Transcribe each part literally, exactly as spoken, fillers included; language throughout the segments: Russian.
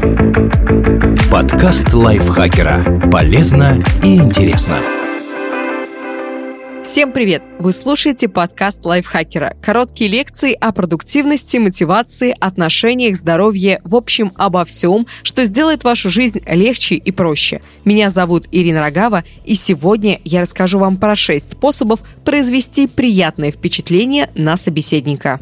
Подкаст лайфхакера. Полезно и интересно. Всем привет! Вы слушаете подкаст лайфхакера. Короткие лекции о продуктивности, мотивации, отношениях, здоровье, в общем, обо всем, что сделает вашу жизнь легче и проще. Меня зовут Ирина Рогава, и сегодня я расскажу вам про шесть способов произвести приятное впечатление на собеседника.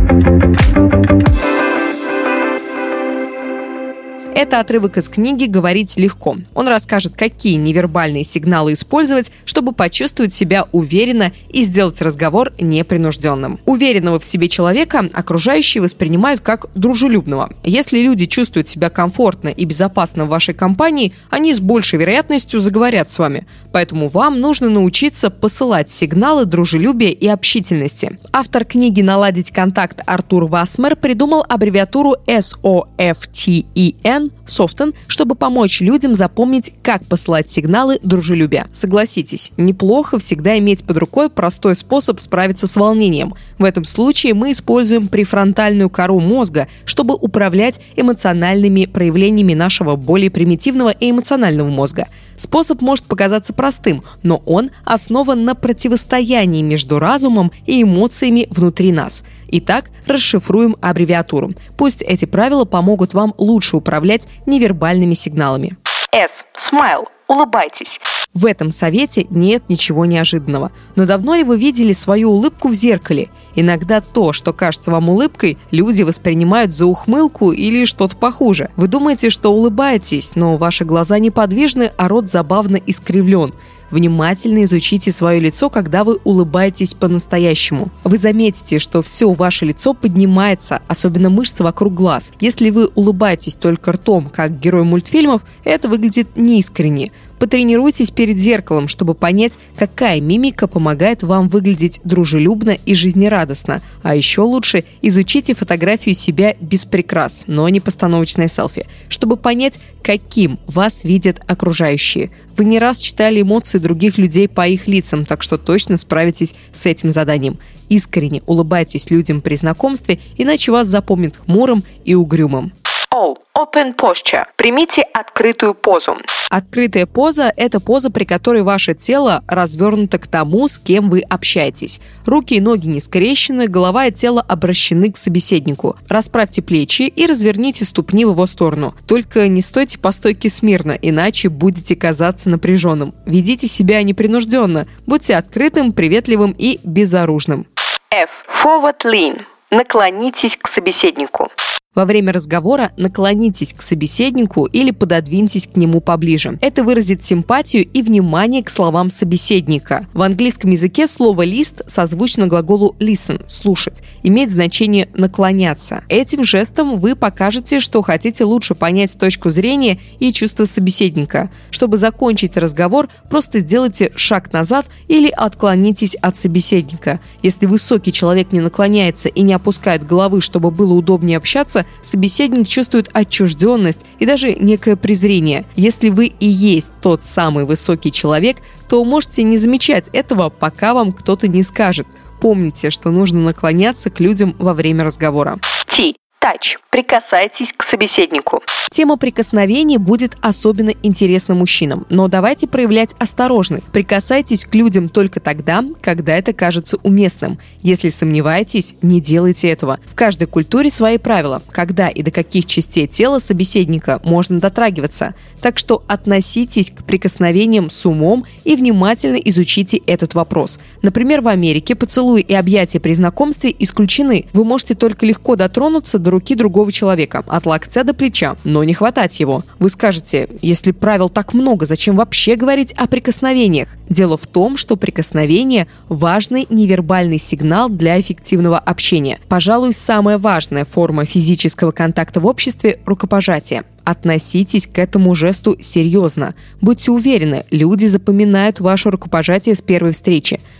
Это отрывок из книги «Говорить легко». Он расскажет, какие невербальные сигналы использовать, чтобы почувствовать себя уверенно и сделать разговор непринужденным. Уверенного в себе человека окружающие воспринимают как дружелюбного. Если люди чувствуют себя комфортно и безопасно в вашей компании, они с большей вероятностью заговорят с вами. Поэтому вам нужно научиться посылать сигналы дружелюбия и общительности. Автор книги «Наладить контакт» Артур Васмер придумал аббревиатуру эс о эф ти и эн Soften, чтобы помочь людям запомнить, как посылать сигналы дружелюбия. Согласитесь, неплохо всегда иметь под рукой простой способ справиться с волнением. В этом случае мы используем префронтальную кору мозга, чтобы управлять эмоциональными проявлениями нашего более примитивного и эмоционального мозга. Способ может показаться простым, но он основан на противостоянии между разумом и эмоциями внутри нас. Итак, расшифруем аббревиатуру. Пусть эти правила помогут вам лучше управлять невербальными сигналами. S. Smile. Улыбайтесь. В этом совете нет ничего неожиданного. Но давно ли вы видели свою улыбку в зеркале? Иногда то, что кажется вам улыбкой, люди воспринимают за ухмылку или что-то похуже. Вы думаете, что улыбаетесь, но ваши глаза неподвижны, а рот забавно искривлен. Внимательно изучите свое лицо, когда вы улыбаетесь по-настоящему. Вы заметите, что все ваше лицо поднимается, особенно мышцы вокруг глаз. Если вы улыбаетесь только ртом, как герой мультфильмов, это выглядит неискренне. Потренируйтесь перед зеркалом, чтобы понять, какая мимика помогает вам выглядеть дружелюбно и жизнерадостно. А еще лучше изучите фотографию себя без прикрас, но не постановочное селфи, чтобы понять, каким вас видят окружающие. Вы не раз читали эмоции других людей по их лицам, так что точно справитесь с этим заданием. Искренне улыбайтесь людям при знакомстве, иначе вас запомнят хмурым и угрюмым. O. Open posture. Примите открытую позу. Открытая поза – это поза, при которой ваше тело развернуто к тому, с кем вы общаетесь. Руки и ноги не скрещены, голова и тело обращены к собеседнику. Расправьте плечи и разверните ступни в его сторону. Только не стойте по стойке смирно, иначе будете казаться напряженным. Ведите себя непринужденно. Будьте открытым, приветливым и безоружным. F. Forward lean. Наклонитесь к собеседнику. Во время разговора наклонитесь к собеседнику или пододвиньтесь к нему поближе. Это выразит симпатию и внимание к словам собеседника. В английском языке слово «лист» созвучно глаголу listen – «слушать», имеет значение «наклоняться». Этим жестом вы покажете, что хотите лучше понять точку зрения и чувства собеседника. Чтобы закончить разговор, просто сделайте шаг назад или отклонитесь от собеседника. Если высокий человек не наклоняется и не опускает головы, чтобы было удобнее общаться, собеседник чувствует отчужденность и даже некое презрение. Если вы и есть тот самый высокий человек, то можете не замечать этого, пока вам кто-то не скажет. Помните, что нужно наклоняться к людям во время разговора. T. Touch. Прикасайтесь к собеседнику. Тема прикосновений будет особенно интересна мужчинам, но давайте проявлять осторожность. Прикасайтесь к людям только тогда, когда это кажется уместным. Если сомневаетесь, не делайте этого. В каждой культуре свои правила, когда и до каких частей тела собеседника можно дотрагиваться. Так что относитесь к прикосновениям с умом и внимательно изучите этот вопрос. Например, в Америке поцелуи и объятия при знакомстве исключены. Вы можете только легко дотронуться до руки другого человека, от локтя до плеча, но не хватать его. Вы скажете, если правил так много, зачем вообще говорить о прикосновениях? Дело в том, что прикосновение – важный невербальный сигнал для эффективного общения. Пожалуй, самая важная форма физического контакта в обществе – рукопожатие. Относитесь к этому жесту серьезно. Будьте уверены, люди запоминают ваше рукопожатие с первой встречи.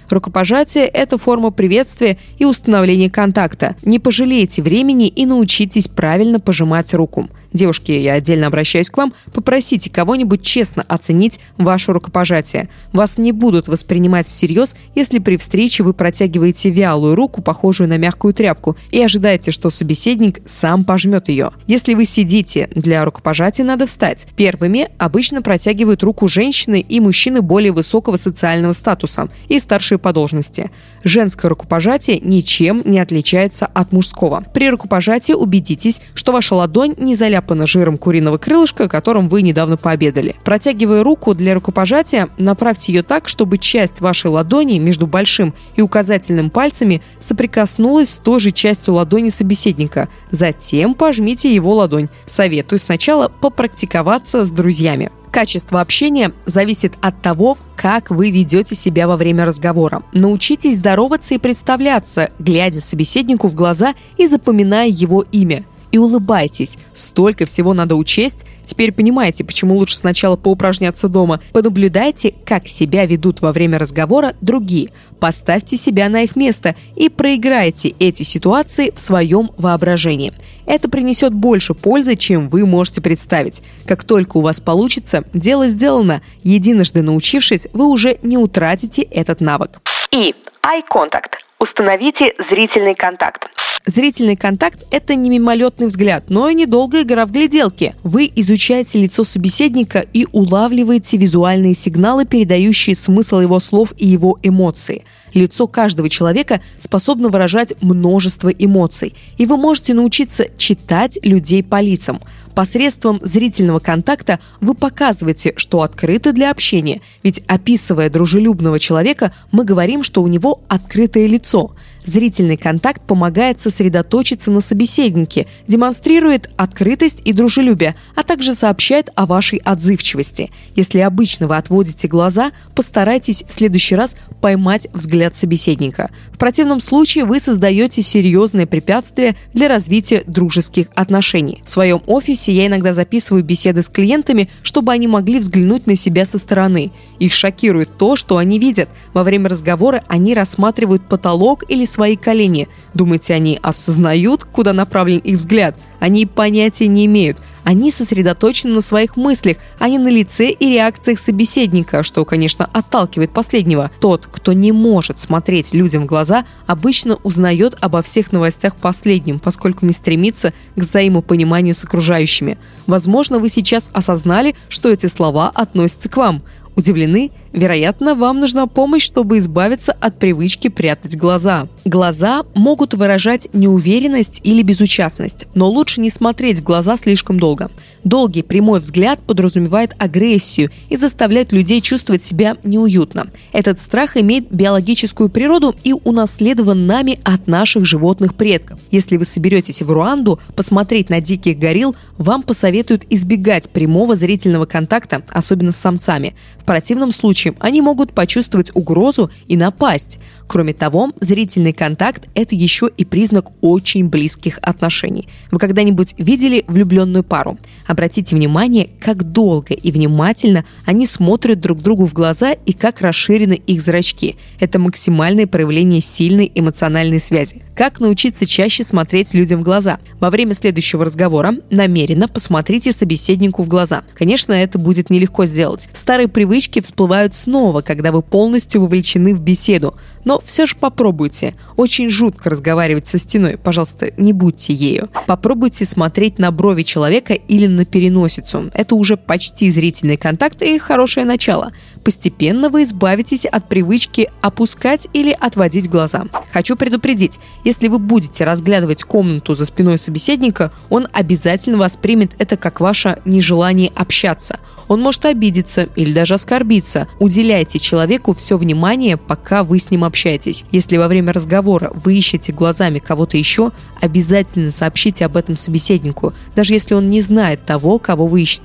Рукопожатие – это форма приветствия и установления контакта. Не пожалейте времени и научитесь правильно пожимать руку. Девушки, я отдельно обращаюсь к вам, попросите кого-нибудь честно оценить ваше рукопожатие. Вас не будут воспринимать всерьез, если при встрече вы протягиваете вялую руку, похожую на мягкую тряпку, и ожидаете, что собеседник сам пожмет ее. Если вы сидите, для рукопожатия надо встать. Первыми обычно протягивают руку женщины и мужчины более высокого социального статуса и старшие по должности. Женское рукопожатие ничем не отличается от мужского. При рукопожатии убедитесь, что ваша ладонь не заляпана жиром куриного крылышка, которым вы недавно пообедали. Протягивая руку для рукопожатия, направьте ее так, чтобы часть вашей ладони между большим и указательным пальцами соприкоснулась с той же частью ладони собеседника. Затем пожмите его ладонь. Советую сначала попрактиковаться с друзьями. Качество общения зависит от того, как вы ведете себя во время разговора. Научитесь здороваться и представляться, глядя собеседнику в глаза и запоминая его имя. И улыбайтесь. Столько всего надо учесть. Теперь понимаете, почему лучше сначала поупражняться дома. Понаблюдайте, как себя ведут во время разговора другие. Поставьте себя на их место и проиграйте эти ситуации в своем воображении. Это принесет больше пользы, чем вы можете представить. Как только у вас получится, дело сделано. Единожды научившись, вы уже не утратите этот навык. И eye contact. Установите зрительный контакт. Зрительный контакт – это не мимолетный взгляд, но и недолгая игра в гляделки. Вы изучаете лицо собеседника и улавливаете визуальные сигналы, передающие смысл его слов и его эмоции. Лицо каждого человека способно выражать множество эмоций, и вы можете научиться читать людей по лицам. Посредством зрительного контакта вы показываете, что открыты для общения, ведь описывая дружелюбного человека, мы говорим, что у него открытое лицо. Зрительный контакт помогает сосредоточиться на собеседнике, демонстрирует открытость и дружелюбие, а также сообщает о вашей отзывчивости. Если обычно вы отводите глаза, постарайтесь в следующий раз поймать взгляд собеседника. В противном случае вы создаете серьезные препятствия для развития дружеских отношений. В своем офисе я иногда записываю беседы с клиентами, чтобы они могли взглянуть на себя со стороны. Их шокирует то, что они видят. Во время разговора они рассматривают потолок или свои колени. Думаете, они осознают, куда направлен их взгляд? Они понятия не имеют. Они сосредоточены на своих мыслях, а не на лице и реакциях собеседника, что, конечно, отталкивает последнего. Тот, кто не может смотреть людям в глаза, обычно узнает обо всех новостях последним, поскольку не стремится к взаимопониманию с окружающими. Возможно, вы сейчас осознали, что эти слова относятся к вам. Удивлены? Вероятно, вам нужна помощь, чтобы избавиться от привычки прятать глаза. Глаза могут выражать неуверенность или безучастность, но лучше не смотреть в глаза слишком долго. Долгий прямой взгляд подразумевает агрессию и заставляет людей чувствовать себя неуютно. Этот страх имеет биологическую природу и унаследован нами от наших животных предков. Если вы соберетесь в Руанду посмотреть на диких горилл, вам посоветуют избегать прямого зрительного контакта, особенно с самцами. В противном случае они могут почувствовать угрозу и напасть. Кроме того, зрительный контакт – это еще и признак очень близких отношений. Вы когда-нибудь видели влюбленную пару? Обратите внимание, как долго и внимательно они смотрят друг другу в глаза и как расширены их зрачки. Это максимальное проявление сильной эмоциональной связи. Как научиться чаще смотреть людям в глаза? Во время следующего разговора намеренно посмотрите собеседнику в глаза. Конечно, это будет нелегко сделать. Старые привычки всплывают снова, когда вы полностью вовлечены в беседу. Но все же попробуйте. Очень жутко разговаривать со стеной. Пожалуйста, не будьте ею. Попробуйте смотреть на брови человека или на переносицу. Это уже почти зрительный контакт и хорошее начало. Постепенно вы избавитесь от привычки опускать или отводить глаза. Хочу предупредить, если вы будете разглядывать комнату за спиной собеседника, он обязательно воспримет это как ваше нежелание общаться. Он может обидеться или даже оскорбиться. Уделяйте человеку все внимание, пока вы с ним общаетесь. Если во время разговора вы ищете глазами кого-то еще, обязательно сообщите об этом собеседнику, даже если он не знает того, кого вы ищете.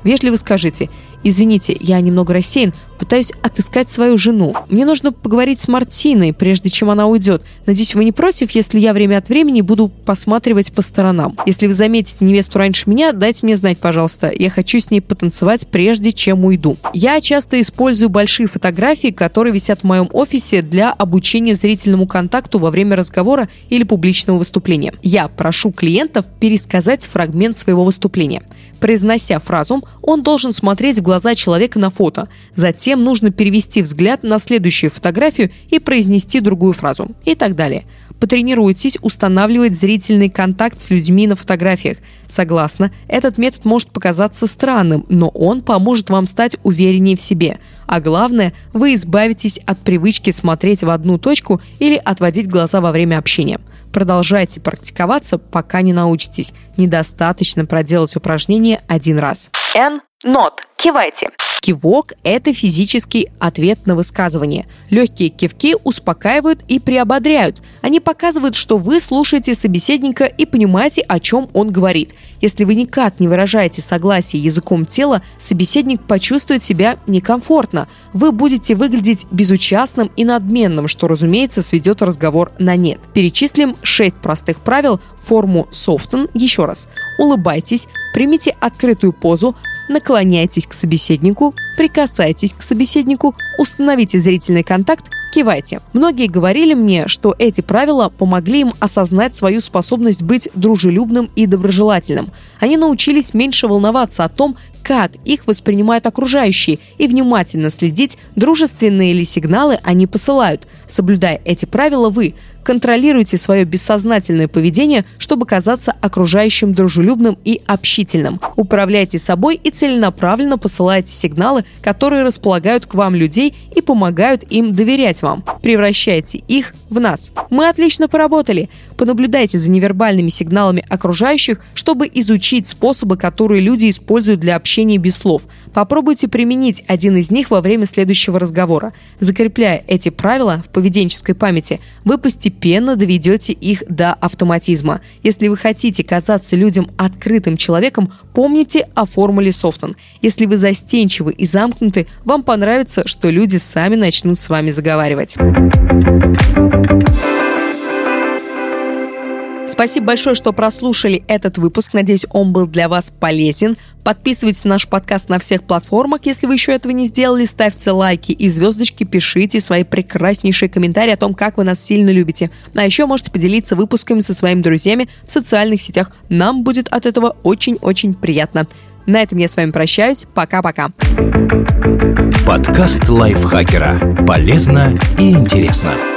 Вежливо скажите: «Извините, я немного рассеян, пытаюсь отыскать свою жену. Мне нужно поговорить с Мартиной, прежде чем она уйдет. Надеюсь, вы не против, если я время от времени буду посматривать по сторонам? Если вы заметите невесту раньше меня, дайте мне знать, пожалуйста. Я хочу с ней потанцевать, прежде чем уйду». Я часто использую большие фотографии, которые висят в моем офисе для обучения зрительному контакту во время разговора или публичного выступления. Я прошу клиентов пересказать фрагмент своего выступления. Произнося фразу, он должен смотреть в глаза человека на фото. Затем нужно перевести взгляд на следующую фотографию и произнести другую фразу. И так далее. Потренируйтесь устанавливать зрительный контакт с людьми на фотографиях. Согласна, этот метод может показаться странным, но он поможет вам стать увереннее в себе. А главное, вы избавитесь от привычки смотреть в одну точку или отводить глаза во время общения. Продолжайте практиковаться, пока не научитесь. Недостаточно проделать упражнение один раз. Н. Нот. Кивайте. Кивок – это физический ответ на высказывание. Легкие кивки успокаивают и приободряют. Они показывают, что вы слушаете собеседника и понимаете, о чем он говорит. Если вы никак не выражаете согласие языком тела, собеседник почувствует себя некомфортно. Вы будете выглядеть безучастным и надменным, что, разумеется, сведет разговор на нет. Перечислим шесть простых правил, форму «софтен» еще раз. Улыбайтесь, примите открытую позу, наклоняйтесь к собеседнику, прикасайтесь к собеседнику, установите зрительный контакт, кивайте. Многие говорили мне, что эти правила помогли им осознать свою способность быть дружелюбным и доброжелательным. Они научились меньше волноваться о том, как их воспринимают окружающие, и внимательно следить, дружественные ли сигналы они посылают. Соблюдая эти правила, вы контролируйте свое бессознательное поведение, чтобы казаться окружающим дружелюбным и общительным. Управляйте собой и целенаправленно посылайте сигналы, которые располагают к вам людей и помогают им доверять вам. Превращайте их в нас. Мы отлично поработали. Понаблюдайте за невербальными сигналами окружающих, чтобы изучить способы, которые люди используют для общения без слов. Попробуйте применить один из них во время следующего разговора. Закрепляя эти правила в поведенческой памяти, вы постепенно доведете их до автоматизма. Если вы хотите казаться людям открытым человеком, помните о формуле софтен. Если вы застенчивы и замкнуты, вам понравится, что люди сами начнут с вами заговаривать. Спасибо большое, что прослушали этот выпуск. Надеюсь, он был для вас полезен. Подписывайтесь на наш подкаст на всех платформах, если вы еще этого не сделали. Ставьте лайки и звездочки, пишите свои прекраснейшие комментарии о том, как вы нас сильно любите. А еще можете поделиться выпусками со своими друзьями в социальных сетях. Нам будет от этого очень-очень приятно. На этом я с вами прощаюсь. Пока-пока. Подкаст лайфхакера. Полезно и интересно.